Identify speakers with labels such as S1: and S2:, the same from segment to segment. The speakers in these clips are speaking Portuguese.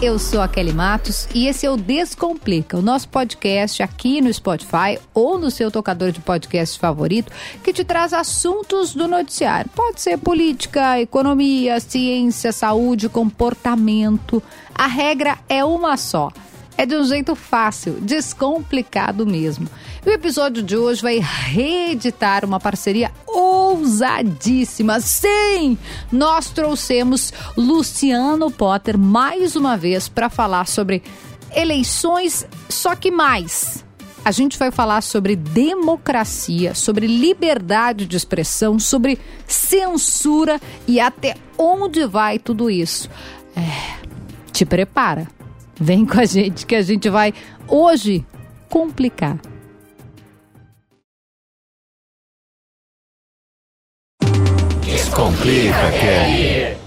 S1: eu sou a Kelly Matos e esse é o Descomplica, o nosso podcast aqui no Spotify ou no seu tocador de podcast favorito, que te traz assuntos do noticiário. Pode ser política, economia, ciência, saúde, comportamento. A regra é uma só. É de um jeito fácil, descomplicado mesmo. E o episódio de hoje vai reeditar uma parceria ousadíssima. Sim! Nós trouxemos Luciano Potter mais uma vez para falar sobre eleições, só que mais. A gente vai falar sobre democracia, sobre liberdade de expressão, sobre censura e até onde vai tudo isso. Te prepara. Vem com a gente que a gente vai hoje complicar.
S2: Descomplica, Kelly.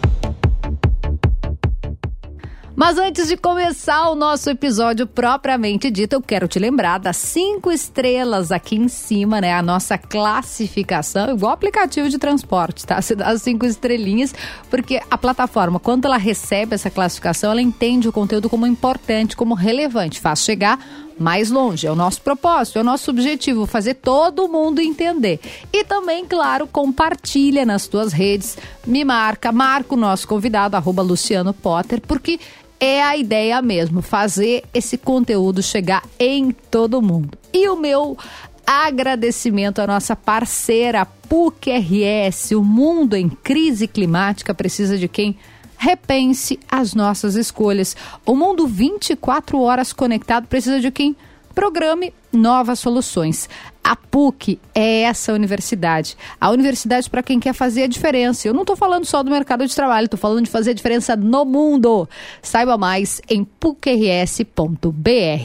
S1: Mas antes de começar o nosso episódio propriamente dito, eu quero te lembrar das 5 estrelas aqui em cima, né? A nossa classificação, igual aplicativo de transporte, tá? Você dá as 5 estrelinhas, porque a plataforma, quando ela recebe essa classificação, ela entende o conteúdo como importante, como relevante, faz chegar mais longe. É o nosso propósito, é o nosso objetivo, fazer todo mundo entender. E também, claro, compartilha nas tuas redes, me marca o nosso convidado, @Luciano Potter, porque é a ideia mesmo, fazer esse conteúdo chegar em todo mundo. E o meu agradecimento à nossa parceira PUC-RS. O mundo em crise climática precisa de quem repense as nossas escolhas. O mundo 24 horas conectado precisa de quem programe novas soluções. A PUC é essa universidade. A universidade para quem quer fazer a diferença. Eu não estou falando só do mercado de trabalho, estou falando de fazer a diferença no mundo. Saiba mais em pucrs.br.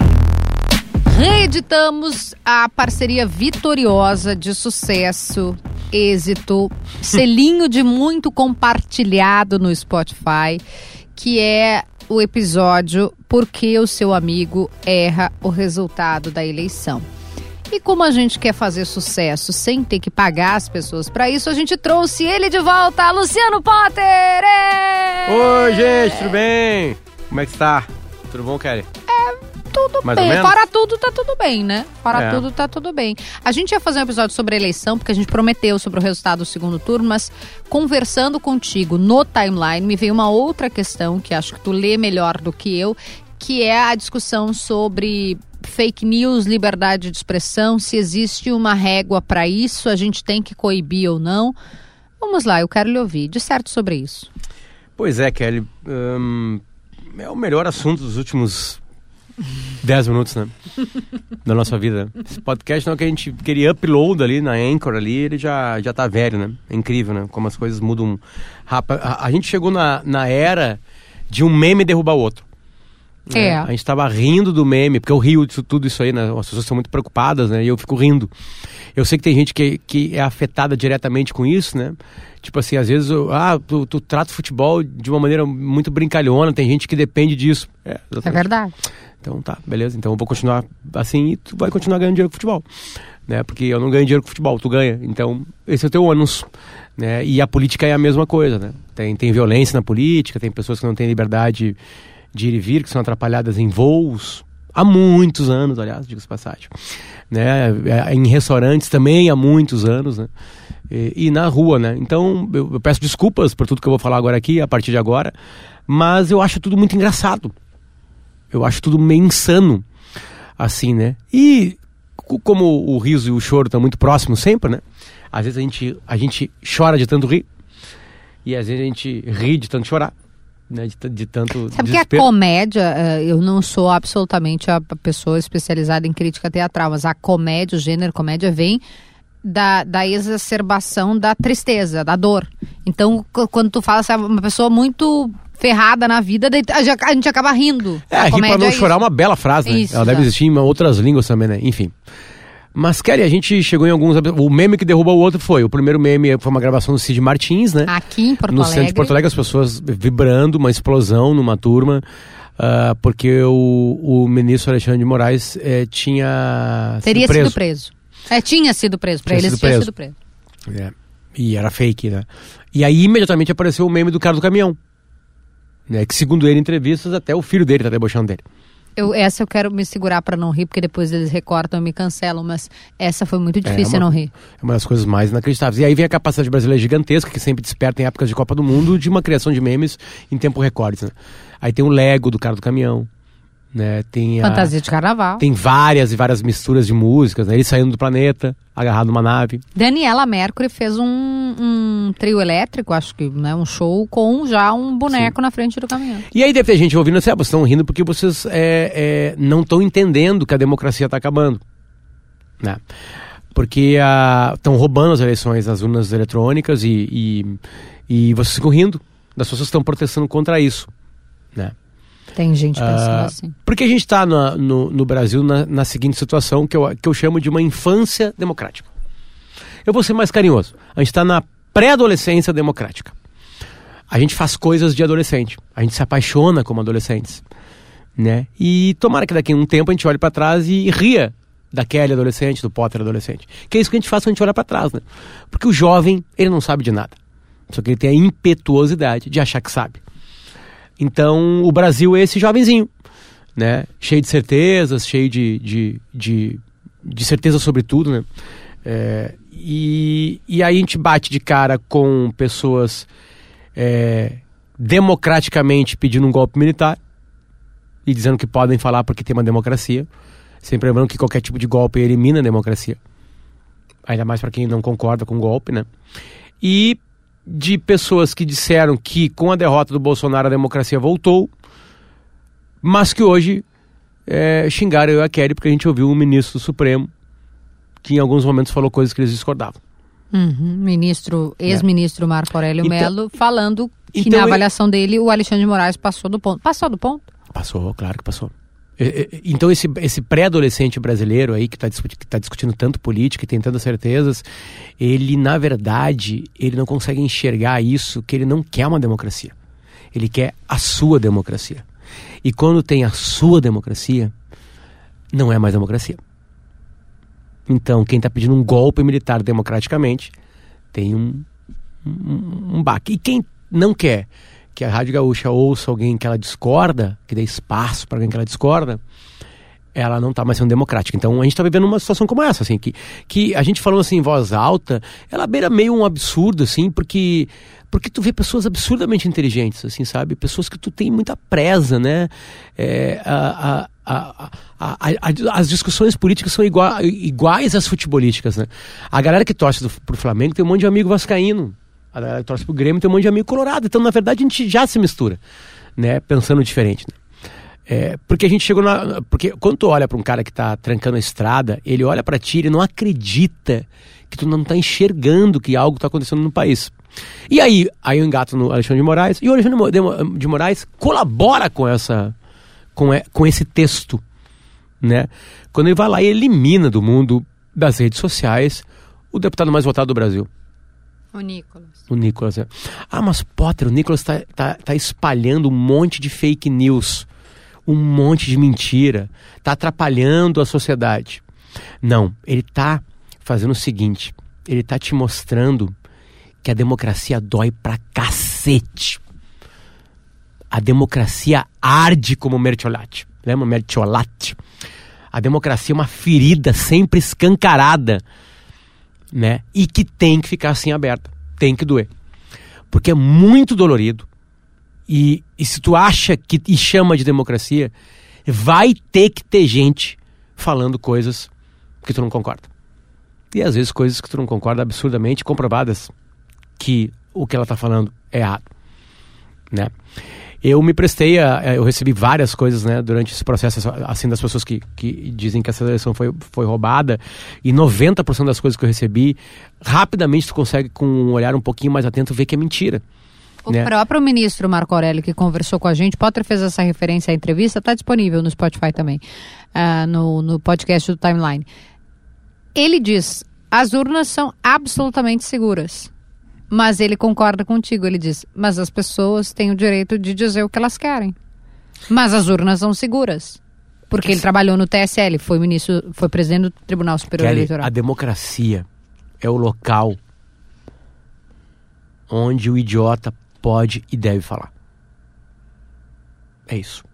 S1: Reeditamos a parceria vitoriosa de sucesso, êxito, selinho de muito compartilhado no Spotify, que é o episódio Por que o seu amigo erra o resultado da eleição. E como a gente quer fazer sucesso sem ter que pagar as pessoas para isso, a gente trouxe ele de volta, Luciano Potter!
S2: Oi, gente, tudo bem? Como é que está? Tudo bom, Kelly?
S1: Tudo
S2: Mais
S1: bem,
S2: ou menos?
S1: fora tudo tá tudo bem, né? Tudo tá tudo bem. A gente ia fazer um episódio sobre a eleição, porque a gente prometeu sobre o resultado do segundo turno, mas conversando contigo no timeline, me veio uma outra questão que acho que tu lê melhor do que eu, que é a discussão sobre fake news, liberdade de expressão, se existe uma régua para isso, a gente tem que coibir ou não. Vamos lá, eu quero lhe ouvir. Disserte sobre isso.
S2: Pois é, Kelly. É o melhor assunto dos últimos 10 minutos, né? Da nossa vida. Esse podcast não é que a gente queria upload ali na Anchor ali, ele já tá velho, né? É incrível, né? Como as coisas mudam rápido. A gente chegou na era de um meme derrubar o outro.
S1: É.
S2: A gente tava rindo do meme, porque eu rio de tudo isso aí, né? As pessoas são muito preocupadas, né? E eu fico rindo. Eu sei que tem gente que é afetada diretamente com isso, né? Tipo assim, às vezes, tu trata o futebol de uma maneira muito brincalhona, tem gente que depende disso.
S1: É verdade.
S2: Então tá, beleza. Então eu vou continuar assim e tu vai continuar ganhando dinheiro com futebol, né? Porque eu não ganho dinheiro com futebol, tu ganha. Então esse é o teu ônus, né? E a política é a mesma coisa, né? Tem violência na política, tem pessoas que não têm liberdade de ir e vir, que são atrapalhadas em voos. Há muitos anos, aliás, diga-se de passagem. Né? Em restaurantes também há muitos anos, né? E na rua, né? Então eu peço desculpas por tudo que eu vou falar agora aqui, a partir de agora, mas eu acho tudo muito engraçado. Eu acho tudo meio insano, assim, né? E como o riso e o choro estão muito próximos sempre, né? Às vezes a gente chora de tanto rir e às vezes a gente ri de tanto chorar. Né, de tanto
S1: Sabe
S2: desespero.
S1: que a comédia, eu não sou absolutamente a pessoa especializada em crítica teatral, mas a comédia, o gênero comédia vem da exacerbação da tristeza, da dor. Então, quando tu fala, sabe, uma pessoa muito ferrada na vida, a gente acaba rindo.
S2: Rir pra não chorar é uma bela frase, né?
S1: Isso,
S2: ela deve existir em outras línguas também, né? Enfim. Mas, Kelly, a gente chegou em alguns... O meme que derruba o outro o primeiro meme foi uma gravação do Cid Martins, né?
S1: Aqui em Porto Alegre.
S2: No centro de Porto Alegre, as pessoas vibrando, uma explosão numa turma, porque o ministro Alexandre de Moraes
S1: teria sido preso. Tinha sido preso. Pra eles tinha sido preso.
S2: E era fake, né? E aí, imediatamente, apareceu o meme do cara do caminhão. né? Que segundo ele, em entrevistas, até o filho dele está debochando dele.
S1: Essa eu quero me segurar para não rir, porque depois eles recortam e me cancelam, mas essa foi muito difícil não rir.
S2: É uma das coisas mais inacreditáveis. E aí vem a capacidade brasileira gigantesca, que sempre desperta em épocas de Copa do Mundo, de uma criação de memes em tempo recorde, né? Aí tem o Lego do cara do caminhão, né? Tem
S1: fantasia de carnaval.
S2: Tem várias e várias misturas de músicas, né? Ele saindo do planeta, agarrado numa nave. Daniela
S1: Mercury fez um trio elétrico, acho que, né? Um show com já um boneco na frente do caminhão.
S2: E aí deve ter gente ouvindo assim, vocês estão rindo porque vocês não estão entendendo que a democracia está acabando, né? Porque estão roubando as eleições nas urnas eletrônicas e vocês ficam rindo das pessoas que estão protestando contra isso, né?
S1: Tem gente pensando assim.
S2: Porque a gente está no Brasil na seguinte situação que eu chamo de uma infância democrática. Eu vou ser mais carinhoso. A gente está na pré-adolescência democrática. A gente faz coisas de adolescente. A gente se apaixona como adolescentes, né? E tomara que daqui a um tempo a gente olhe para trás e ria da Kelly adolescente, do Potter adolescente. Que é isso que a gente faz quando a gente olha para trás, né? Porque o jovem, ele não sabe de nada. Só que ele tem a impetuosidade de achar que sabe. Então, o Brasil é esse jovenzinho, né? Cheio de certezas, cheio de certeza sobre tudo, né? E aí a gente bate de cara com pessoas democraticamente pedindo um golpe militar e dizendo que podem falar porque tem uma democracia. Sempre lembrando que qualquer tipo de golpe elimina a democracia. Ainda mais para quem não concorda com o golpe, né? E de pessoas que disseram que com a derrota do Bolsonaro a democracia voltou, mas que hoje xingaram eu e a Kelly porque a gente ouviu um ministro do Supremo que em alguns momentos falou coisas que eles discordavam.
S1: Ex-ministro Marco Aurélio Mello falando que na avaliação dele o Alexandre de Moraes passou do ponto. Passou do ponto?
S2: Passou, claro que passou. Então esse pré-adolescente brasileiro aí que tá discutindo tanto política e tem tantas certezas, ele na verdade ele não consegue enxergar isso, que ele não quer uma democracia, ele quer a sua democracia, e quando tem a sua democracia não é mais democracia. Então quem está pedindo um golpe militar democraticamente tem um baque, e quem não quer que a Rádio Gaúcha ouça alguém que ela discorda, que dê espaço para alguém que ela discorda, ela não está mais sendo democrática. Então a gente está vivendo uma situação como essa, assim, que a gente falando assim em voz alta, ela beira meio um absurdo, assim, porque tu vê pessoas absurdamente inteligentes, assim, sabe? Pessoas que tu tem muita presa, né? As discussões políticas são iguais às futebolísticas, né? A galera que torce pro Flamengo tem um monte de amigo vascaíno. A galera que torce pro Grêmio tem um monte de amigo colorado. Então, na verdade, a gente já se mistura, né? Pensando diferente, né? Porque a gente chegou porque quando tu olha para um cara que tá trancando a estrada, ele olha para ti, ele não acredita que tu não tá enxergando que algo tá acontecendo no país. E aí eu engato no Alexandre de Moraes, e o Alexandre de Moraes colabora com esse texto, né? Quando ele vai lá e elimina do mundo das redes sociais o deputado mais votado do Brasil. O Nicolas. Mas Potter, o Nicolas tá espalhando um monte de fake news, um monte de mentira, tá atrapalhando a sociedade. Não, ele tá fazendo o seguinte, ele tá te mostrando que a democracia dói pra cacete. A democracia arde como mertiolate. Lembra mertiolate? A democracia é uma ferida sempre escancarada, né? E que tem que ficar assim aberta, tem que doer, porque é muito dolorido, e se tu acha e chama de democracia, vai ter que ter gente falando coisas que tu não concorda, e às vezes coisas que tu não concorda absurdamente comprovadas que o que ela está falando é errado, né? Eu me prestei eu recebi várias coisas, né, durante esse processo, assim, das pessoas que dizem que essa eleição foi roubada, e 90% das coisas que eu recebi, rapidamente tu consegue, com um olhar um pouquinho mais atento, ver que é mentira.
S1: O próprio ministro Marco Aurélio, que conversou com a gente, Potter fez essa referência à entrevista, está disponível no Spotify também, no podcast do Timeline. Ele diz, as urnas são absolutamente seguras. Mas ele concorda contigo, ele diz, mas as pessoas têm o direito de dizer o que elas querem. Mas as urnas são seguras. Porque ele trabalhou no TSL, foi presidente do Tribunal Superior Eleitoral.
S2: A democracia é o local onde o idiota pode e deve falar. É isso.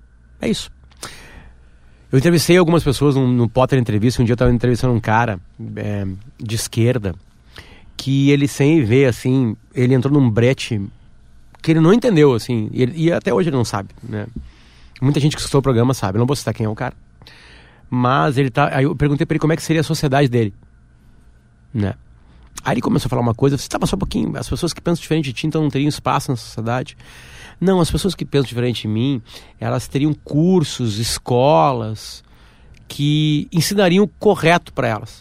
S2: Eu entrevistei algumas pessoas no Potter Entrevista. Um dia eu estava entrevistando um cara de esquerda que ele, sem ver, assim, ele entrou num brete que ele não entendeu, assim, e até hoje ele não sabe, né? Muita gente que escutou o programa sabe, eu não vou citar quem é o cara. Mas ele tá... Aí eu perguntei pra ele como é que seria a sociedade dele, né? Aí ele começou a falar uma coisa, você tava só um pouquinho, as pessoas que pensam diferente de ti, então não teriam espaço na sociedade. Não, as pessoas que pensam diferente de mim, elas teriam cursos, escolas, que ensinariam o correto pra elas.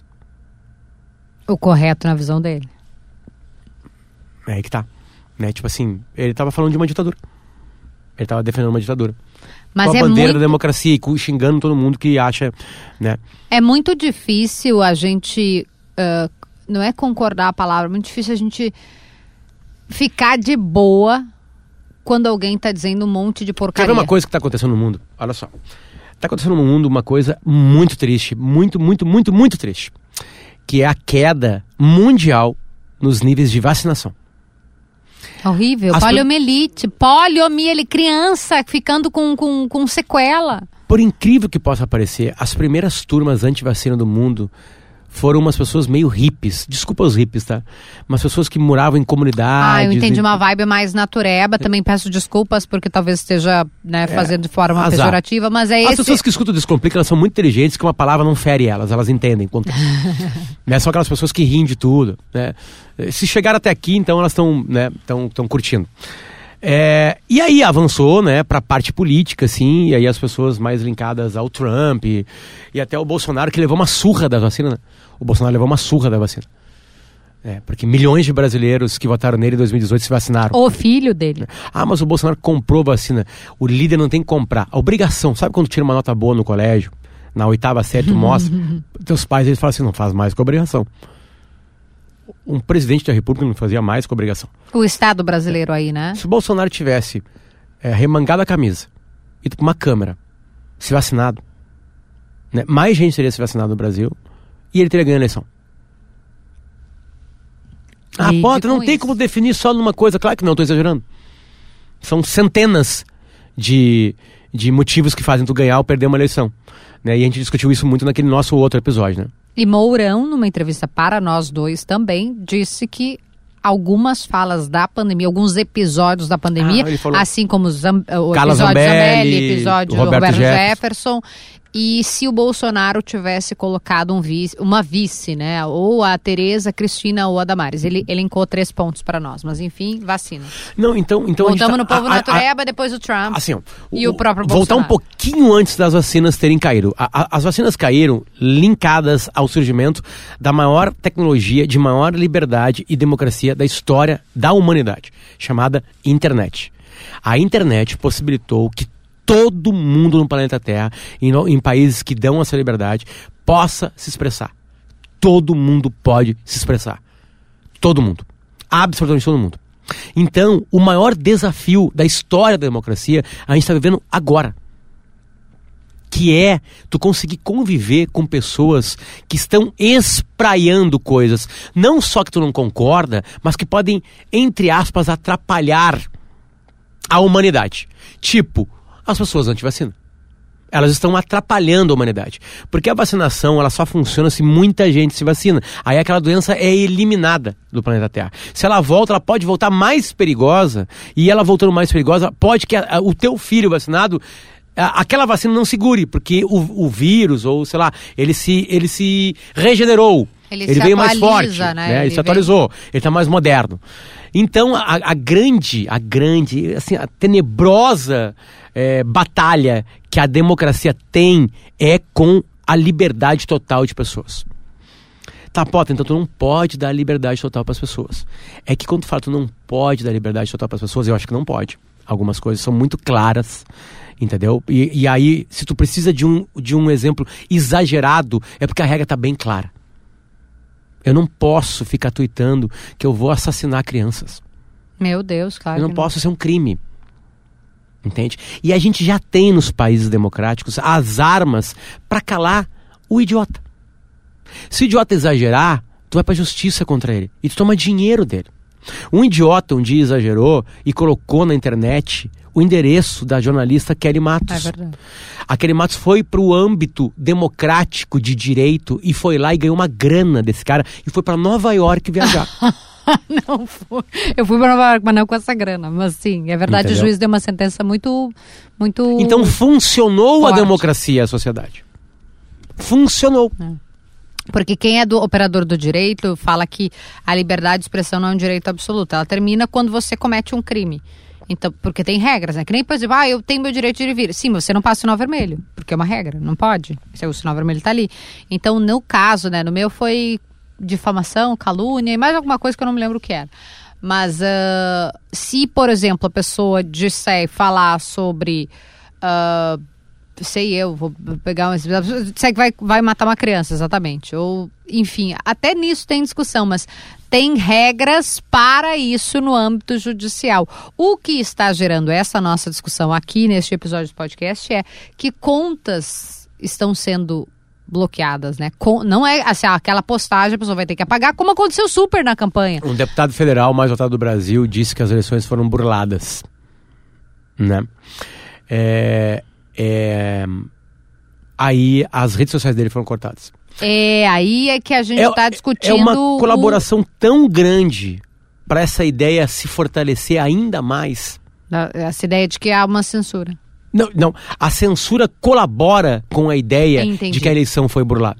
S1: O correto na visão dele.
S2: É aí que tá. Né? Tipo assim, ele tava falando de uma ditadura. Ele tava defendendo uma ditadura.
S1: Mas
S2: com a bandeira da democracia e xingando todo mundo que acha, né?
S1: É muito difícil a gente, não é concordar a palavra, é muito difícil a gente ficar de boa quando alguém tá dizendo um monte de porcaria.
S2: Quer ver uma coisa que tá acontecendo no mundo? Olha só. Tá acontecendo no mundo uma coisa muito triste, muito triste, que é a queda mundial nos níveis de vacinação.
S1: Horrível, poliomielite, criança ficando com sequela.
S2: Por incrível que possa parecer, as primeiras turmas anti-vacina do mundo foram umas pessoas meio hippies, desculpa os hippies, tá? Umas pessoas que moravam em comunidades.
S1: Eu entendi uma vibe mais natureba, também peço desculpas porque talvez esteja, né, fazendo de forma pejorativa, mas é
S2: As pessoas que escutam o Descomplica, elas são muito inteligentes, que uma palavra não fere elas entendem. Né? São aquelas pessoas que riem de tudo, né? Se chegaram até aqui, então elas estão, né, tão curtindo. E aí avançou, né, pra parte política, assim, e aí as pessoas mais linkadas ao Trump e até o Bolsonaro, que levou uma surra da vacina, né? O Bolsonaro levou uma surra da vacina. Porque milhões de brasileiros que votaram nele em 2018 se vacinaram.
S1: O filho dele.
S2: Mas o Bolsonaro comprou vacina. O líder não tem que comprar. A obrigação, sabe quando tira uma nota boa no colégio? Na 8ª série, tu mostra. Teus pais, eles falam assim, não faz mais com a obrigação. Um presidente da República não fazia mais com a obrigação.
S1: O Estado brasileiro aí, né?
S2: Se o Bolsonaro tivesse remangado a camisa, ido pra uma câmara, se vacinado, né, mais gente teria se vacinado no Brasil e ele teria ganho a eleição. Potter, não tem como definir só numa coisa. Claro que não, estou exagerando. São centenas de motivos que fazem tu ganhar ou perder uma eleição, né? E a gente discutiu isso muito naquele nosso outro episódio, né?
S1: E Mourão, numa entrevista para Nós Dois também, disse que algumas falas da pandemia, alguns episódios da pandemia, assim como o episódio Zambelli, episódio Roberto Jefferson, e se o Bolsonaro tivesse colocado uma vice, né, ou a Tereza Cristina ou a Damares. Ele elencou 3 pontos para nós, mas enfim, vacina.
S2: Não, então
S1: voltamos no povo natureba, depois o Trump
S2: assim,
S1: e o próprio
S2: Bolsonaro. Voltar um pouquinho antes das vacinas terem caído. As vacinas caíram linkadas ao surgimento da maior tecnologia, de maior liberdade e democracia da história da humanidade, chamada internet. A internet possibilitou que todo mundo no planeta Terra, em países que dão essa liberdade, possa se expressar. Todo mundo pode se expressar. Todo mundo. Absolutamente todo mundo. Então, o maior desafio da história da democracia, a gente está vivendo agora. Que é tu conseguir conviver com pessoas que estão espraiando coisas, não só que tu não concorda, mas que podem, entre aspas, atrapalhar a humanidade. Tipo, as pessoas anti-vacina. Elas estão atrapalhando a humanidade. Porque a vacinação, ela só funciona se muita gente se vacina. Aí aquela doença é eliminada do planeta Terra. Se ela volta, ela pode voltar mais perigosa. E ela voltando mais perigosa, pode que o teu filho vacinado, aquela vacina não segure. Porque o vírus, ou sei lá, ele se regenerou. Ele veio mais forte, né? Ele se atualizou. Ele está mais moderno. Então, a grande, assim, a tenebrosa batalha que a democracia tem é com a liberdade total de pessoas. Tá, Potter, então tu não pode dar liberdade total para as pessoas. É que quando tu fala tu não pode dar liberdade total para as pessoas, eu acho que não pode. Algumas coisas são muito claras, entendeu? E aí, se tu precisa de um exemplo exagerado, é porque a regra tá bem clara. Eu não posso ficar tuitando que eu vou assassinar crianças.
S1: Meu Deus, claro.
S2: Eu não posso ser um crime. Entende? E a gente já tem nos países democráticos as armas para calar o idiota. Se o idiota exagerar, tu vai pra justiça contra ele. E tu toma dinheiro dele. Um idiota um dia exagerou e colocou na internet o endereço da jornalista Kelly Matos.
S1: É verdade. A
S2: Kelly Matos foi pro âmbito democrático de direito e foi lá e ganhou uma grana desse cara e foi para Nova York viajar.
S1: Não foi. Eu fui para Nova York, mas não com essa grana. Mas sim, é verdade,
S2: Entendeu?
S1: O juiz deu uma sentença muito...
S2: Então funcionou
S1: forte.
S2: A democracia e a sociedade. Funcionou.
S1: Porque quem é do operador do direito fala que a liberdade de expressão não é um direito absoluto. Ela termina quando você comete um crime. Então, porque tem regras, né? Que nem, por exemplo, eu tenho meu direito de ir e vir. Sim, você não passa o sinal vermelho, porque é uma regra, não pode. O sinal vermelho tá ali. Então, no caso, né? No meu foi difamação, calúnia e mais alguma coisa que eu não me lembro o que era. Mas se, por exemplo, a pessoa disser e falar sobre... vou pegar um exemplo, disser que vai matar uma criança, exatamente. Ou, enfim, até nisso tem discussão, mas tem regras para isso no âmbito judicial. O que está gerando essa nossa discussão aqui neste episódio do podcast é que contas estão sendo bloqueadas, né? Não é assim, aquela postagem a pessoa vai ter que apagar, como aconteceu super na campanha.
S2: Um deputado federal mais votado do Brasil disse que as eleições foram burladas, né? Aí as redes sociais dele foram cortadas.
S1: Aí é que a gente está discutindo...
S2: É uma colaboração tão grande para essa ideia se fortalecer ainda mais.
S1: Essa ideia de que há uma censura.
S2: Não. A censura colabora com a ideia de que a eleição foi burlada.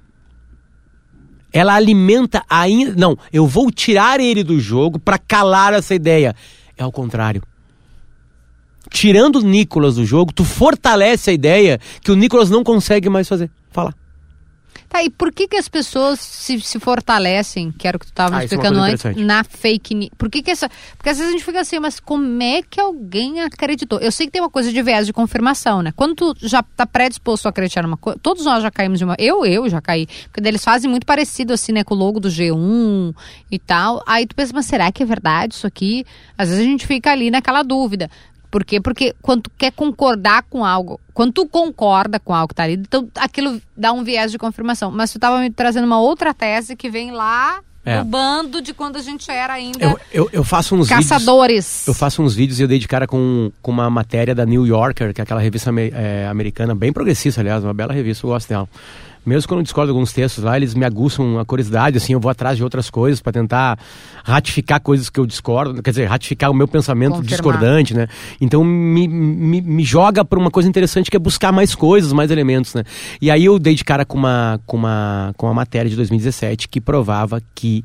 S2: Ela alimenta ainda... Não, eu vou tirar ele do jogo para calar essa ideia. É ao contrário. Tirando o Nicolas do jogo, tu fortalece a ideia que o Nicolas não consegue mais falar.
S1: Tá, e por que as pessoas se fortalecem, que era o que tu estava explicando antes, na fake news? Porque às vezes a gente fica assim, mas como é que alguém acreditou? Eu sei que tem uma coisa de viés de confirmação, né? Quando tu já tá predisposto a acreditar numa coisa, todos nós já caímos de uma... Eu já caí, porque eles fazem muito parecido assim, né, com o logo do G1 e tal. Aí tu pensa, mas será que é verdade isso aqui? Às vezes a gente fica ali naquela dúvida. Por quê? Porque quando tu quer concordar com algo, quando tu concorda com algo que tá ali, então aquilo dá um viés de confirmação. Mas tu tava me trazendo uma outra tese que vem lá do bando de quando a gente era ainda
S2: eu faço uns
S1: caçadores.
S2: Vídeos, eu faço uns vídeos e eu dei de cara com uma matéria da New Yorker, que é aquela revista americana, bem progressista, aliás, uma bela revista, eu gosto dela. Mesmo quando eu discordo de alguns textos lá, eles me aguçam a curiosidade, assim, eu vou atrás de outras coisas para tentar ratificar coisas que eu discordo, quer dizer, ratificar o meu pensamento discordante, né? Então me joga para uma coisa interessante que é buscar mais coisas, mais elementos, né? E aí eu dei de cara com uma matéria de 2017 que provava que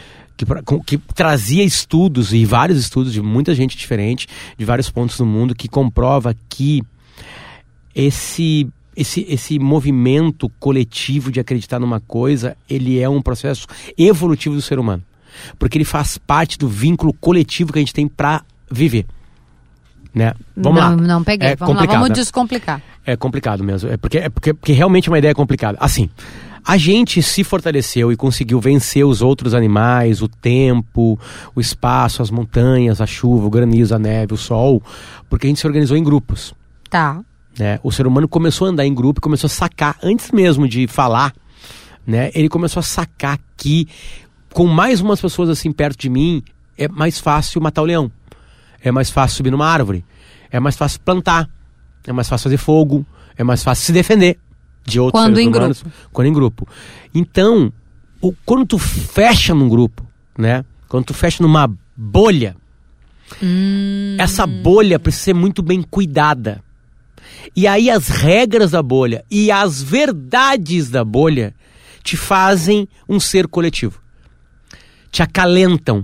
S2: trazia estudos, e vários estudos de muita gente diferente, de vários pontos do mundo, que comprova que esse movimento coletivo de acreditar numa coisa, ele é um processo evolutivo do ser humano. Porque ele faz parte do vínculo coletivo que a gente tem para viver. Né? Vamos lá.
S1: Não peguei. Vamos descomplicar.
S2: É complicado mesmo. Porque realmente é uma ideia complicada. Assim, a gente se fortaleceu e conseguiu vencer os outros animais, o tempo, o espaço, as montanhas, a chuva, o granizo, a neve, o sol, porque a gente se organizou em grupos.
S1: Tá.
S2: Né? O ser humano começou a andar em grupo e começou a sacar, antes mesmo de falar, né? Ele começou a sacar que com mais umas pessoas assim perto de mim, é mais fácil matar o leão, é mais fácil subir numa árvore, é mais fácil plantar, é mais fácil fazer fogo, é mais fácil se defender de outros seres humanos quando em grupo. Então, quando tu fecha num grupo, né? Quando tu fecha numa bolha, essa bolha precisa ser muito bem cuidada. E aí as regras da bolha e as verdades da bolha te fazem um ser coletivo. Te acalentam.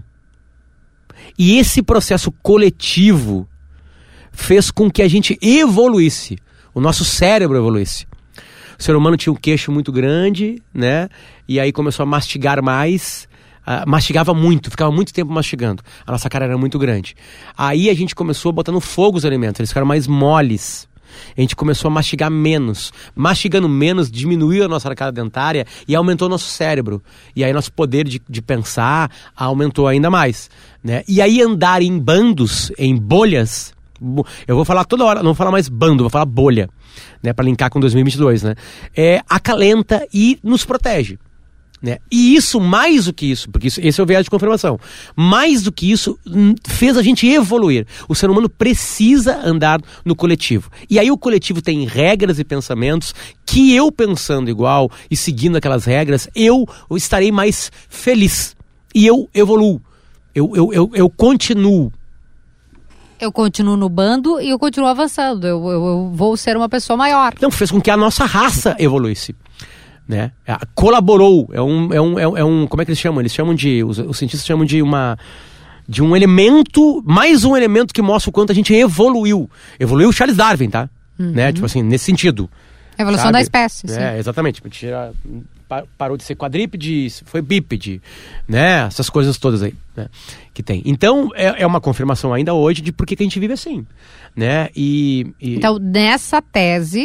S2: E esse processo coletivo fez com que a gente evoluísse. O nosso cérebro evoluísse. O ser humano tinha um queixo muito grande, né? E aí começou a mastigar mais. Mastigava muito, ficava muito tempo mastigando. A nossa cara era muito grande. Aí a gente começou a botar no fogo os alimentos. Eles ficaram mais moles. A gente começou a mastigar menos. Mastigando menos, diminuiu a nossa arcada dentária e aumentou o nosso cérebro. E aí nosso poder de pensar aumentou ainda mais, né? E aí andar em bandos, em bolhas... Eu vou falar toda hora, não vou falar mais bando, vou falar bolha, né? Para linkar com 2022, né? Acalenta e nos protege. Né? E isso, mais do que isso, porque esse é o viés de confirmação, mais do que isso, fez a gente evoluir. O ser humano precisa andar no coletivo. E aí o coletivo tem regras e pensamentos que eu, pensando igual e seguindo aquelas regras, eu estarei mais feliz. E eu evoluo. Eu continuo.
S1: Eu continuo no bando e eu continuo avançando. Eu vou ser uma pessoa maior.
S2: Então fez com que a nossa raça evoluísse. Né? Colaborou, como é que eles chamam? Eles chamam de, os cientistas chamam de um elemento, mais um elemento que mostra o quanto a gente evoluiu o Charles Darwin, tá? Né? Tipo assim, nesse sentido.
S1: Evolução da espécie, sim.
S2: Exatamente, parou de ser quadrípede, foi bípede, né? Essas coisas todas aí, né? Que tem. Então, é uma confirmação ainda hoje de por que a gente vive assim, né?
S1: Então, nessa tese,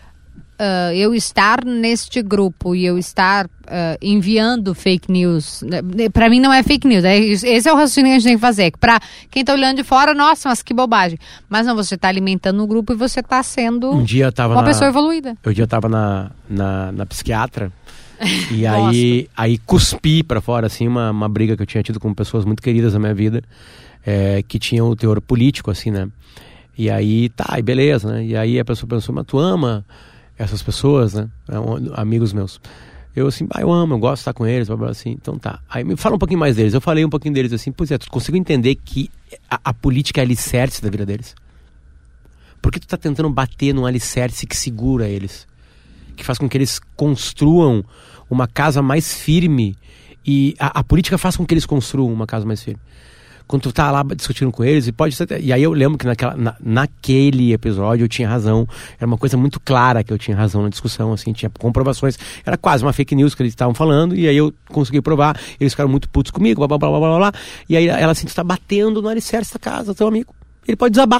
S1: eu estar neste grupo e eu estar enviando fake news, para mim não é fake news, esse é o raciocínio que a gente tem que fazer. Para quem tá olhando de fora, nossa, mas que bobagem. Mas não, você tá alimentando o grupo e você tá sendo uma pessoa evoluída.
S2: Um dia eu tava na psiquiatra e aí cuspi pra fora assim uma briga que eu tinha tido com pessoas muito queridas na minha vida, que tinham o teor político, assim, né? E aí, tá, e beleza, né? E aí a pessoa pensou, mas tu ama essas pessoas, né? Amigos meus. Eu assim, eu amo, eu gosto de estar com eles, blá, blá, assim, então tá. Aí me fala um pouquinho mais deles. Eu falei um pouquinho deles assim, pois é, tu conseguiu entender que a política é alicerce da vida deles? Por que tu tá tentando bater num alicerce que segura eles? Que faz com que eles construam uma casa mais firme, e a política faz com que eles construam uma casa mais firme. Quando tu tá lá discutindo com eles, e aí eu lembro que naquele episódio eu tinha razão, era uma coisa muito clara que eu tinha razão na discussão, assim, tinha comprovações, era quase uma fake news que eles estavam falando, e aí eu consegui provar, eles ficaram muito putos comigo, blá, blá, blá, blá, blá, e aí ela assim, tu tá batendo no alicerce da casa, teu amigo, ele pode desabar.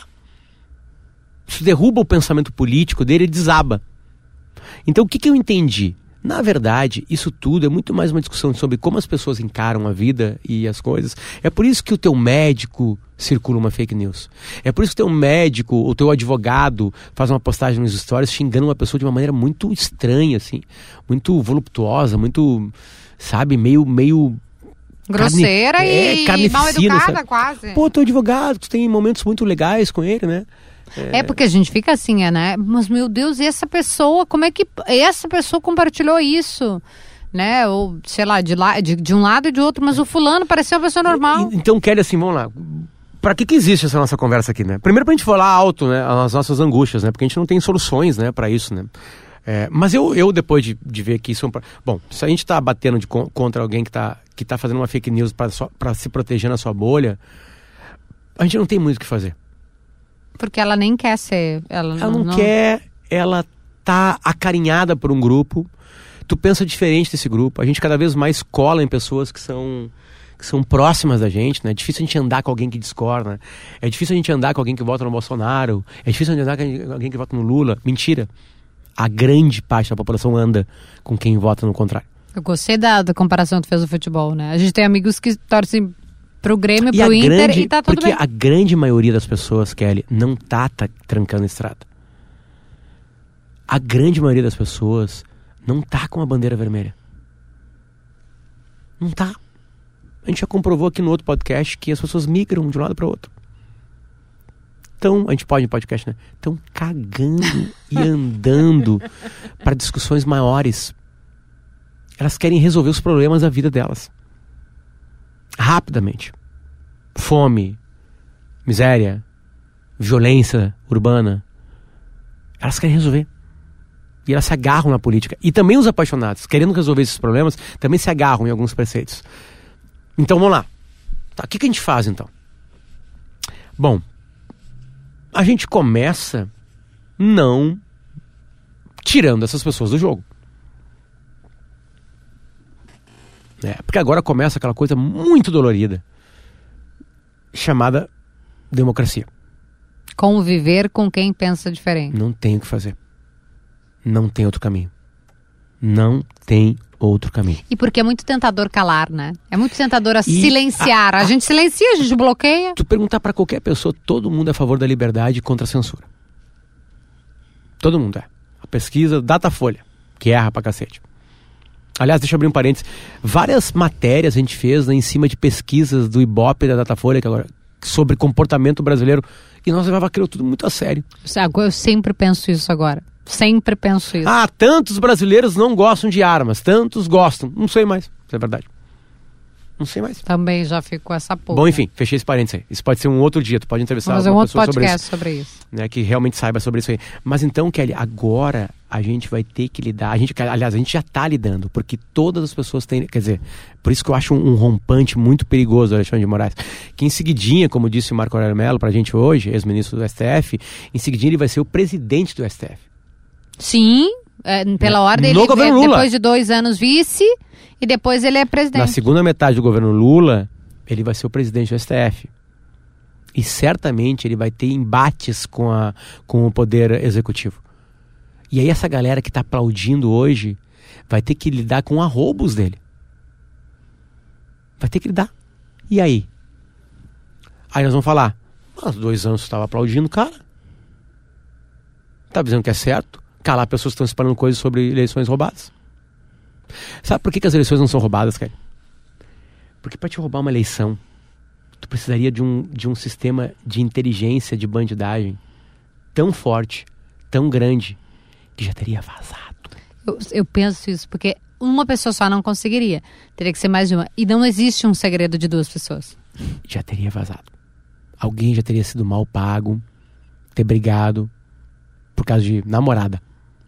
S2: Se derruba o pensamento político dele, ele desaba. Então o que eu entendi? Na verdade, isso tudo é muito mais uma discussão sobre como as pessoas encaram a vida e as coisas. É por isso que o teu médico circula uma fake news. É por isso que o teu médico, o teu advogado faz uma postagem nos stories xingando uma pessoa de uma maneira muito estranha, assim. Muito voluptuosa, muito, sabe, meio
S1: grosseira e mal educada, sabe? Quase.
S2: Pô, teu advogado, tu tem momentos muito legais com ele, né?
S1: Porque a gente fica assim, né? Mas, meu Deus, e essa pessoa, como é que essa pessoa compartilhou isso? Né? Ou, sei lá, de um lado e de outro, mas o fulano pareceu uma pessoa normal.
S2: Então, Kelly, assim, vamos lá. Pra que existe essa nossa conversa aqui, né? Primeiro pra gente falar alto, né? As nossas angústias, né? Porque a gente não tem soluções, né? Pra isso, né? Mas eu depois de ver que isso... Bom, se a gente tá batendo contra alguém que tá fazendo uma fake news pra se proteger na sua bolha, a gente não tem muito o que fazer.
S1: Porque ela nem quer ser... Ela não
S2: quer, ela tá acarinhada por um grupo. Tu pensa diferente desse grupo. A gente cada vez mais cola em pessoas que são próximas da gente, né? É difícil a gente andar com alguém que discorda, né? É difícil a gente andar com alguém que vota no Bolsonaro. É difícil a gente andar com alguém que vota no Lula. Mentira. A grande parte da população anda com quem vota no contrário.
S1: Eu gostei da comparação que tu fez do futebol, né? A gente tem amigos que torcem pro Grêmio, pro Inter, e tá tudo bem.
S2: Porque a grande maioria das pessoas, Kelly, não tá trancando a estrada. A grande maioria das pessoas não tá com a bandeira vermelha. Não tá. A gente já comprovou aqui no outro podcast que as pessoas migram de um lado para o outro. Então, a gente pode no podcast, né? Estão cagando e andando para discussões maiores. Elas querem resolver os problemas da vida delas. Rapidamente. Fome, miséria, violência urbana. Elas querem resolver. E elas se agarram na política. E também os apaixonados, querendo resolver esses problemas, também se agarram em alguns preceitos. Então, vamos lá. Tá, o que a gente faz, então? Bom, a gente começa não tirando essas pessoas do jogo. Porque agora começa aquela coisa muito dolorida chamada democracia.
S1: Conviver com quem pensa diferente.
S2: Não tem o que fazer. Não tem outro caminho. Não tem outro caminho.
S1: E porque é muito tentador calar, né? É muito tentador silenciar. A gente silencia, a gente bloqueia.
S2: Tu perguntar pra qualquer pessoa, todo mundo é a favor da liberdade e contra a censura. Todo mundo é. A pesquisa Datafolha, que erra pra cacete. Aliás, deixa eu abrir um parênteses. Várias matérias a gente fez, né, em cima de pesquisas do Ibope e da Datafolha, que agora, sobre comportamento brasileiro, e nós levava aquilo tudo muito a sério.
S1: Eu sempre penso isso agora. Sempre penso isso.
S2: Ah, tantos brasileiros não gostam de armas, tantos gostam. Não sei mais, se é verdade. Não sei mais.
S1: Também já ficou essa porra.
S2: Bom, enfim, fechei esse parênteses aí. Isso pode ser um outro dia, tu pode entrevistar
S1: Vamos fazer um
S2: uma
S1: outro
S2: pessoa
S1: podcast sobre isso.
S2: Né, que realmente saiba sobre isso aí. Mas então, Kelly, agora a gente vai ter que lidar. Aliás, a gente já está lidando, porque todas as pessoas têm. Quer dizer, por isso que eu acho um rompante muito perigoso, Alexandre de Moraes. Que em seguidinha, como disse o Marco Aurélio Mello pra gente hoje, ex-ministro do STF, em seguidinha ele vai ser o presidente do STF.
S1: Sim, pela ordem,
S2: no governo Lula.
S1: Depois de 2 anos vice e depois ele é presidente.
S2: Na segunda metade do governo Lula, ele vai ser o presidente do STF. E certamente ele vai ter embates com o poder executivo. E aí essa galera que está aplaudindo hoje vai ter que lidar com arroubos dele. Vai ter que lidar. E aí? Aí nós vamos falar, há 2 anos você estava aplaudindo o cara. Tá dizendo que é certo. Calar pessoas que estão espalhando coisas sobre eleições roubadas. Sabe por que as eleições não são roubadas, cara? Porque para te roubar uma eleição, tu precisaria de um sistema de inteligência, de bandidagem tão forte, tão grande, que já teria vazado.
S1: Eu penso isso, porque uma pessoa só não conseguiria. Teria que ser mais de uma. E não existe um segredo de 2 pessoas.
S2: Já teria vazado. Alguém já teria sido mal pago, ter brigado por causa de namorada.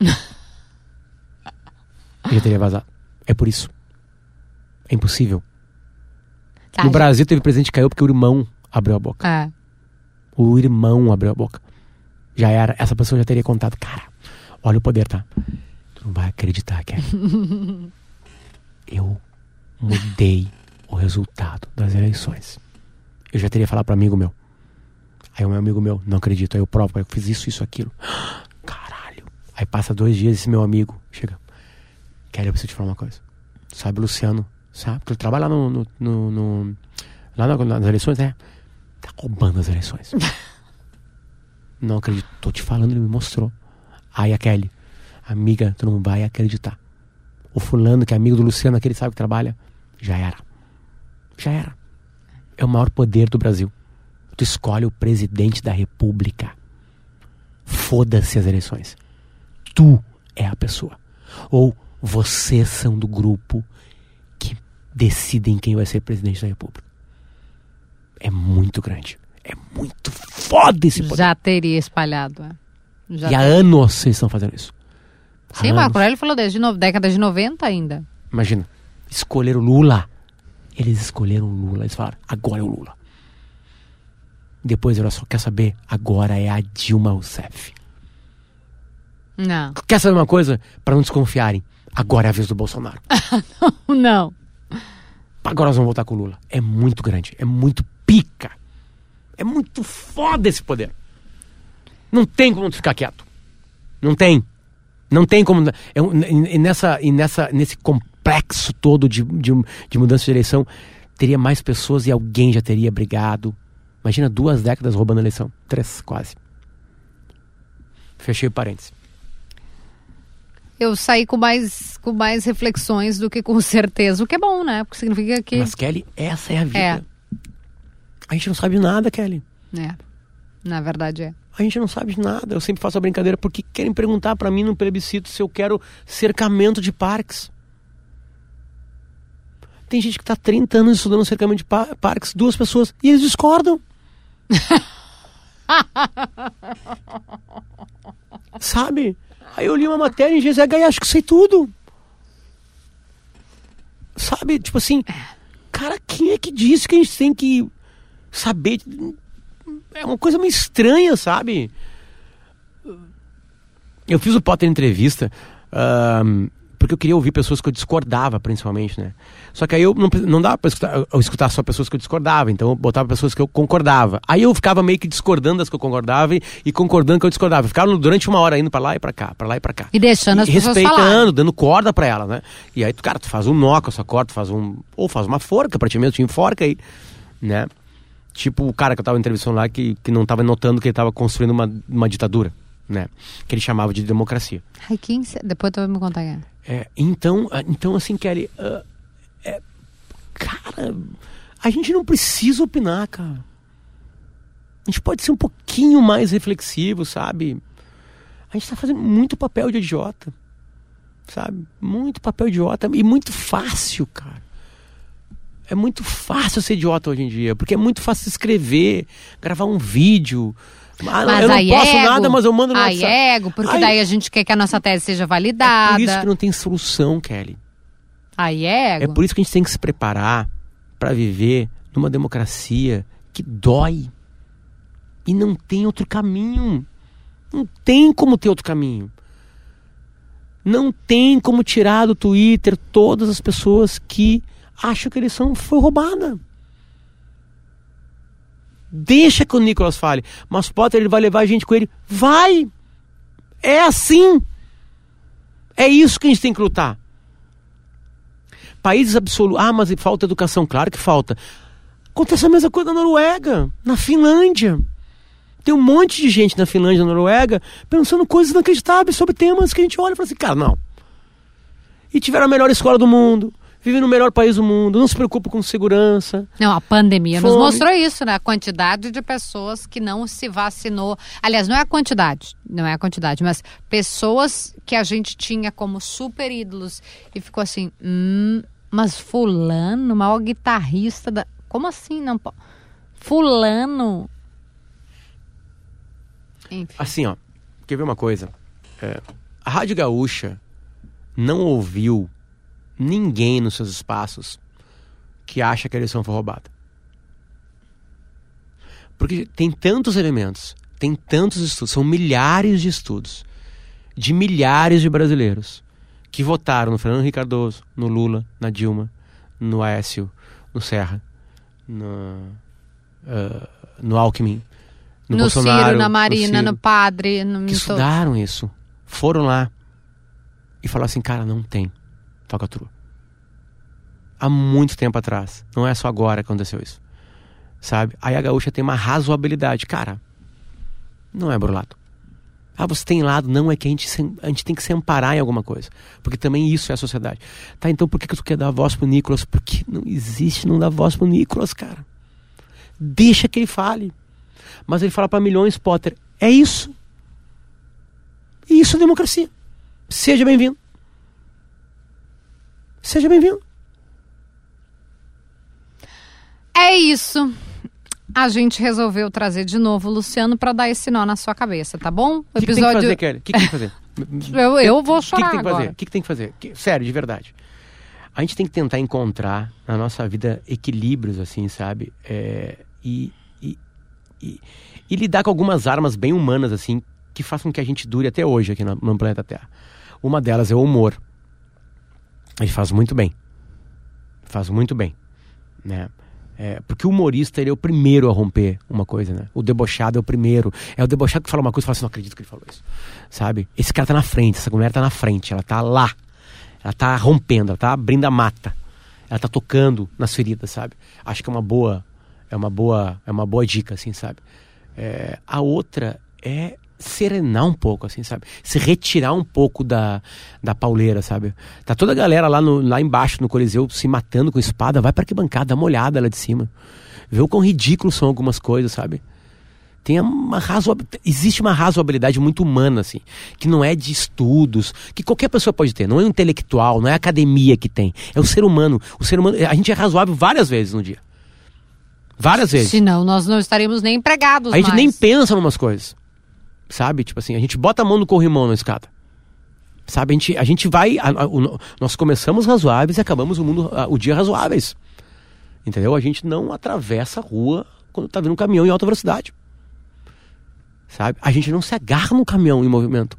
S2: Já teria vazado. É por isso. É impossível.
S1: Tá,
S2: no Brasil teve presidente que caiu porque o irmão abriu a boca.
S1: É.
S2: O irmão abriu a boca. Já era. Essa pessoa já teria contado. Cara, olha o poder, tá? Tu não vai acreditar, Kelly. Eu mudei o resultado das eleições. Eu já teria falado para amigo meu. Aí o meu amigo meu, não acredito. Aí eu provo, eu fiz isso, aquilo. Caralho. Aí passa 2 dias, esse meu amigo chega. Kelly, eu preciso te falar uma coisa. Sabe o Luciano? Sabe? Porque ele trabalha lá nas eleições, né? Tá roubando as eleições. Não acredito. Tô te falando, ele me mostrou. Aí a Kelly, amiga, tu não vai acreditar. O fulano, que é amigo do Luciano, aquele sabe que trabalha, já era. Já era. É o maior poder do Brasil. Tu escolhe o presidente da República. Foda-se as eleições. Tu é a pessoa. Ou vocês são do grupo que decidem quem vai ser presidente da República. É muito grande. É muito foda esse poder.
S1: Já teria espalhado.
S2: E há anos vocês estão fazendo isso.
S1: Sim, Marco Aurélio falou desde década de 90 ainda.
S2: Imagina, escolheram Lula. Eles escolheram Lula. Eles falaram, agora é o Lula. Depois, olha só, quer saber? Agora é a Dilma Rousseff.
S1: Não.
S2: Quer saber uma coisa? Para não desconfiarem. Agora é a vez do Bolsonaro.
S1: Não.
S2: Agora nós vamos voltar com o Lula. É muito grande. É muito pica. É muito foda esse poder. Não tem como tu ficar quieto. Não tem. Não tem como... Nesse complexo todo de mudança de eleição, teria mais pessoas e alguém já teria brigado. Imagina 2 décadas roubando a eleição. 3, quase. Fechei o parênteses.
S1: Eu saí com mais reflexões do que com certeza. O que é bom, né? Porque significa que...
S2: Mas, Kelly, essa é a vida. A gente não sabe de nada, Kelly.
S1: Na verdade é.
S2: A gente não sabe de nada. Eu sempre faço a brincadeira porque querem perguntar pra mim no plebiscito se eu quero cercamento de parques. Tem gente que tá 30 anos estudando cercamento de parques, 2 pessoas, e eles discordam. Sabe? Aí eu li uma matéria em GZH e acho que sei tudo. Sabe? Tipo assim, cara, quem é que disse que a gente tem que saber? É uma coisa meio estranha, sabe? Eu fiz o Potter Entrevista porque eu queria ouvir pessoas que eu discordava, principalmente, né? Só que aí eu não dava pra escutar só pessoas que eu discordava, então eu botava pessoas que eu concordava. Aí eu ficava meio que discordando das que eu concordava e concordando que eu discordava. Eu ficava durante 1 hora indo pra lá e pra cá, pra lá e pra cá.
S1: E deixando as pessoas falarem.
S2: Respeitando, dando corda pra ela, né? E aí, cara, tu faz um nó com essa corda, ou faz uma forca, pra ti mesmo, tu enforca aí, né? Tipo o cara que eu tava entrevistando lá que não tava notando que ele tava construindo uma ditadura, né? Que ele chamava de democracia.
S1: Ai, depois tu vai me contar quem é.
S2: Então assim, Kelly, cara, a gente não precisa opinar, cara. A gente pode ser um pouquinho mais reflexivo, sabe? A gente tá fazendo muito papel de idiota, sabe? Muito papel idiota e muito fácil, cara. É muito fácil ser idiota hoje em dia, porque é muito fácil escrever, gravar um vídeo.
S1: Mas
S2: eu não posso nada, mas eu mando no WhatsApp.
S1: Ego, porque daí a gente quer que a nossa tese seja validada.
S2: É por isso que não tem solução, Kelly.
S1: Aí ego.
S2: É por isso que a gente tem que se preparar para viver numa democracia que dói. E não tem outro caminho. Não tem como ter outro caminho. Não tem como tirar do Twitter todas as pessoas que acham que a eleição foi roubada. Deixa que o Nicolas fale. Mas Potter, ele vai levar a gente com ele. Vai! É assim! É isso que a gente tem que lutar. Países absolutos. Mas falta educação. Claro que falta. Acontece a mesma coisa na Noruega, na Finlândia. Tem um monte de gente na Finlândia e na Noruega pensando coisas inacreditáveis sobre temas que a gente olha e fala assim, cara, não. E tiveram a melhor escola do mundo, vivem no melhor país do mundo, não se preocupam com segurança.
S1: Não, a pandemia nos mostrou isso, né? A quantidade de pessoas que não se vacinou. Aliás, não é a quantidade, mas pessoas que a gente tinha como super ídolos e ficou assim, mas fulano, o maior guitarrista da... Como assim? Não pode... Fulano... Enfim.
S2: Assim, ó, quer ver uma coisa? A Rádio Gaúcha não ouviu ninguém nos seus espaços que acha que a eleição foi roubada. Porque tem tantos elementos, tem tantos estudos, são milhares de estudos de milhares de brasileiros que votaram no Fernando Henrique Cardoso, no Lula, na Dilma, no Aécio, no Serra, no Alckmin, no Bolsonaro,
S1: Ciro, na Marina, no Padre.
S2: Que estudaram isso. Foram lá e falaram assim, cara, não tem falcatrua. Há muito tempo atrás. Não é só agora que aconteceu isso. Sabe? Aí a Gaúcha tem uma razoabilidade. Cara, não é burlado. Você tem lado. Não, é que a gente tem que se amparar em alguma coisa. Porque também isso é a sociedade. Tá, então por que tu quer dar voz pro Nicolas? Porque não existe não dar voz pro Nicolas, cara. Deixa que ele fale. Mas ele fala para milhões, Potter. É isso. Isso é democracia. Seja bem-vindo. Seja bem-vindo.
S1: É isso. A gente resolveu trazer de novo o Luciano para dar esse nó na sua cabeça, tá bom?
S2: O que tem que fazer, Kelly? O que tem que fazer?
S1: Eu vou chorar agora.
S2: O que tem que fazer? Sério, de verdade. A gente tem que tentar encontrar na nossa vida equilíbrios, assim, sabe? E lidar com algumas armas bem humanas, assim, que façam que a gente dure até hoje aqui no planeta Terra. Uma delas é o humor. Ele faz muito bem. Faz muito bem, né? Porque o humorista, ele é o primeiro a romper uma coisa, né? O debochado é o primeiro. É o debochado que fala uma coisa e fala assim, não acredito que ele falou isso. Sabe? Esse cara tá na frente, essa mulher tá na frente, ela tá lá. Ela tá rompendo, ela tá abrindo a mata. Ela tá tocando nas feridas, sabe? Acho que é uma boa dica, assim, sabe? A outra é serenar um pouco, assim, sabe? Se retirar um pouco da pauleira, sabe? Tá toda a galera lá embaixo no Coliseu se matando com espada, vai pra arquibancada, dá uma olhada lá de cima. Vê o quão ridículos são algumas coisas, sabe? Existe uma razoabilidade muito humana, assim, que não é de estudos, que qualquer pessoa pode ter, não é um intelectual, não é a academia que tem, é o ser humano. A gente é razoável várias vezes no dia. Várias vezes.
S1: Senão nós não estaríamos nem empregados
S2: mais. A gente nem pensa em umas coisas. Sabe? Tipo assim, a gente bota a mão no corrimão na escada. Sabe? A gente vai... nós começamos razoáveis e acabamos o dia razoáveis. Entendeu? A gente não atravessa a rua quando tá vindo um caminhão em alta velocidade. Sabe? A gente não se agarra num caminhão em movimento.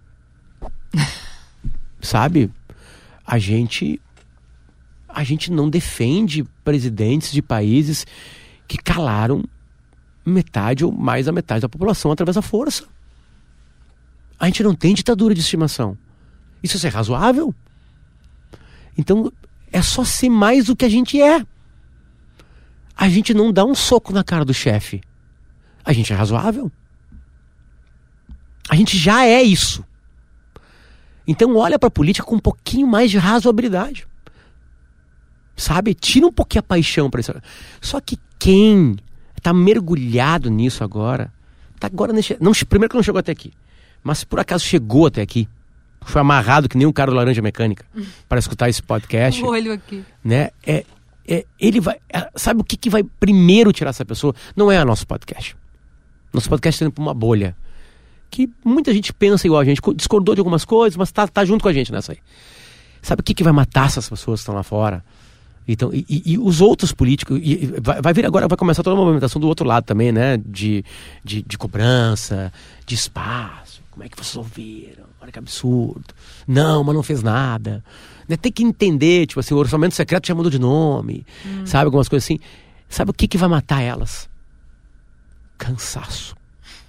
S2: Sabe? A gente não defende presidentes de países que calaram metade ou mais da metade da população através da força. A gente não tem ditadura de estimação. Isso é razoável? Então, é só ser mais do que a gente é. A gente não dá um soco na cara do chefe. A gente é razoável. A gente já é isso. Então olha pra política com um pouquinho mais de razoabilidade. Sabe? Tira um pouquinho a paixão pra isso. Só que quem tá mergulhado nisso agora, tá agora primeiro que não chegou até aqui, mas se por acaso chegou até aqui, foi amarrado que nem um cara do Laranja Mecânica para escutar esse podcast.
S1: O olho aqui.
S2: Né? Ele vai... Sabe o que vai primeiro tirar essa pessoa? Não é o nosso podcast. Nosso podcast está indo pra uma bolha. Que muita gente pensa igual a gente, discordou de algumas coisas, mas tá junto com a gente nessa aí. Sabe o que vai matar essas pessoas que estão lá fora? Então, e os outros políticos, vai vir agora, vai começar toda uma movimentação do outro lado também, né? De cobrança, de espaço. Como é que vocês ouviram? Olha que absurdo. Não, mas não fez nada. Né? Tem que entender, tipo assim, o orçamento secreto já mudou de nome, sabe? Algumas coisas assim. Sabe o que vai matar elas? Cansaço.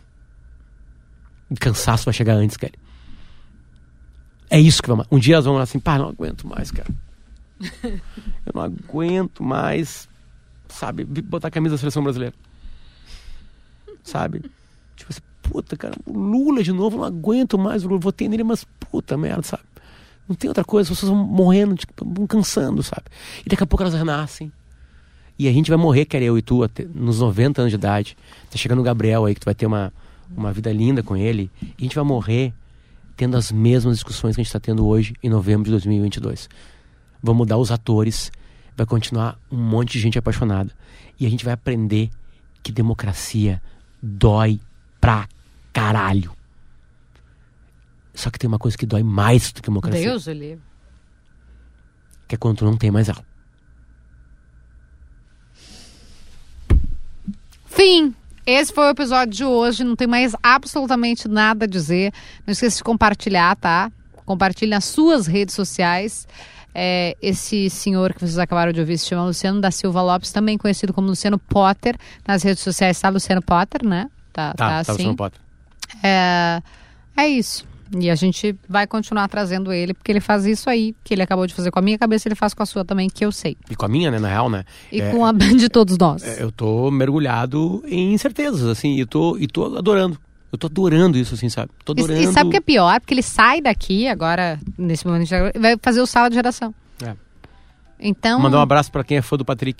S2: E cansaço vai chegar antes, Kelly. É isso que vai matar. Um dia elas vão falar assim, pá, não aguento mais, cara. Eu não aguento mais, sabe, botar a camisa da seleção brasileira. Sabe? Tipo assim, puta, cara, o Lula de novo, não aguento mais o Lula, votei nele, mas puta merda, sabe? Não tem outra coisa, as pessoas vão morrendo, tipo, vão cansando, sabe? E daqui a pouco elas renascem. E a gente vai morrer, quer eu e tu, nos 90 anos de idade. Tá chegando o Gabriel aí, que tu vai ter uma vida linda com ele. E a gente vai morrer tendo as mesmas discussões que a gente tá tendo hoje, em novembro de 2022. Vão mudar os atores, vai continuar um monte de gente apaixonada. E a gente vai aprender que democracia dói pra caralho. Só que tem uma coisa que dói mais do que democracia.
S1: Deus o livre.
S2: Que é quando tu não tem mais ela.
S1: Fim! Esse foi o episódio de hoje. Não tem mais absolutamente nada a dizer. Não esqueça de compartilhar, tá? Compartilhe nas suas redes sociais. Esse senhor que vocês acabaram de ouvir se chama Luciano da Silva Lopes, também conhecido como Luciano Potter. Nas redes sociais está Luciano Potter, né? Tá assim.
S2: Luciano Potter.
S1: É isso. E a gente vai continuar trazendo ele, porque ele faz isso aí, que ele acabou de fazer com a minha cabeça, ele faz com a sua também, que eu sei.
S2: E com a minha, né, na real, né?
S1: E com a de todos nós.
S2: Eu tô mergulhado em incertezas, assim, e tô adorando. Eu tô adorando isso, assim, sabe? Tô adorando.
S1: E sabe o que é pior? Porque ele sai daqui agora, nesse momento, vai fazer o sala de geração. Então...
S2: Mandar um abraço pra quem é fã do Patrick.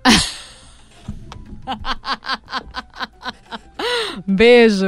S1: Beijo.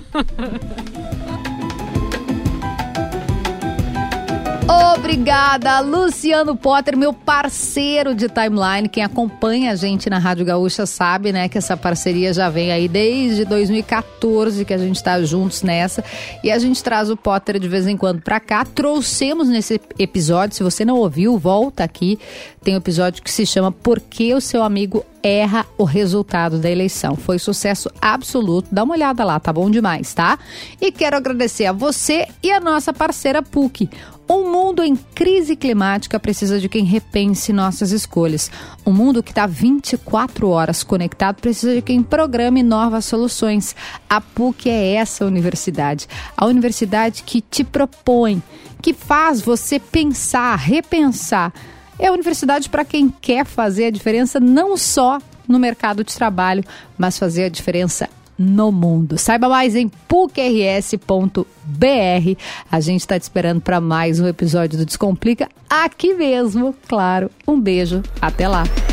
S1: Obrigada, Luciano Potter, meu parceiro de timeline. Quem acompanha a gente na Rádio Gaúcha sabe, né, que essa parceria já vem aí desde 2014, que a gente tá juntos nessa. E a gente traz o Potter de vez em quando pra cá. Trouxemos nesse episódio, se você não ouviu, volta aqui. Tem um episódio que se chama Por que o seu amigo erra o resultado da eleição. Foi sucesso absoluto. Dá uma olhada lá, tá bom demais, tá? E quero agradecer a você e a nossa parceira PUC. Um mundo em crise climática precisa de quem repense nossas escolhas. Um mundo que está 24 horas conectado precisa de quem programe novas soluções. A PUC é essa universidade. A universidade que te propõe, que faz você pensar, repensar. É a universidade para quem quer fazer a diferença não só no mercado de trabalho, mas fazer a diferença no mundo. Saiba mais em pucrs.br. A gente está te esperando para mais um episódio do Descomplica aqui mesmo, claro. Um beijo, até lá.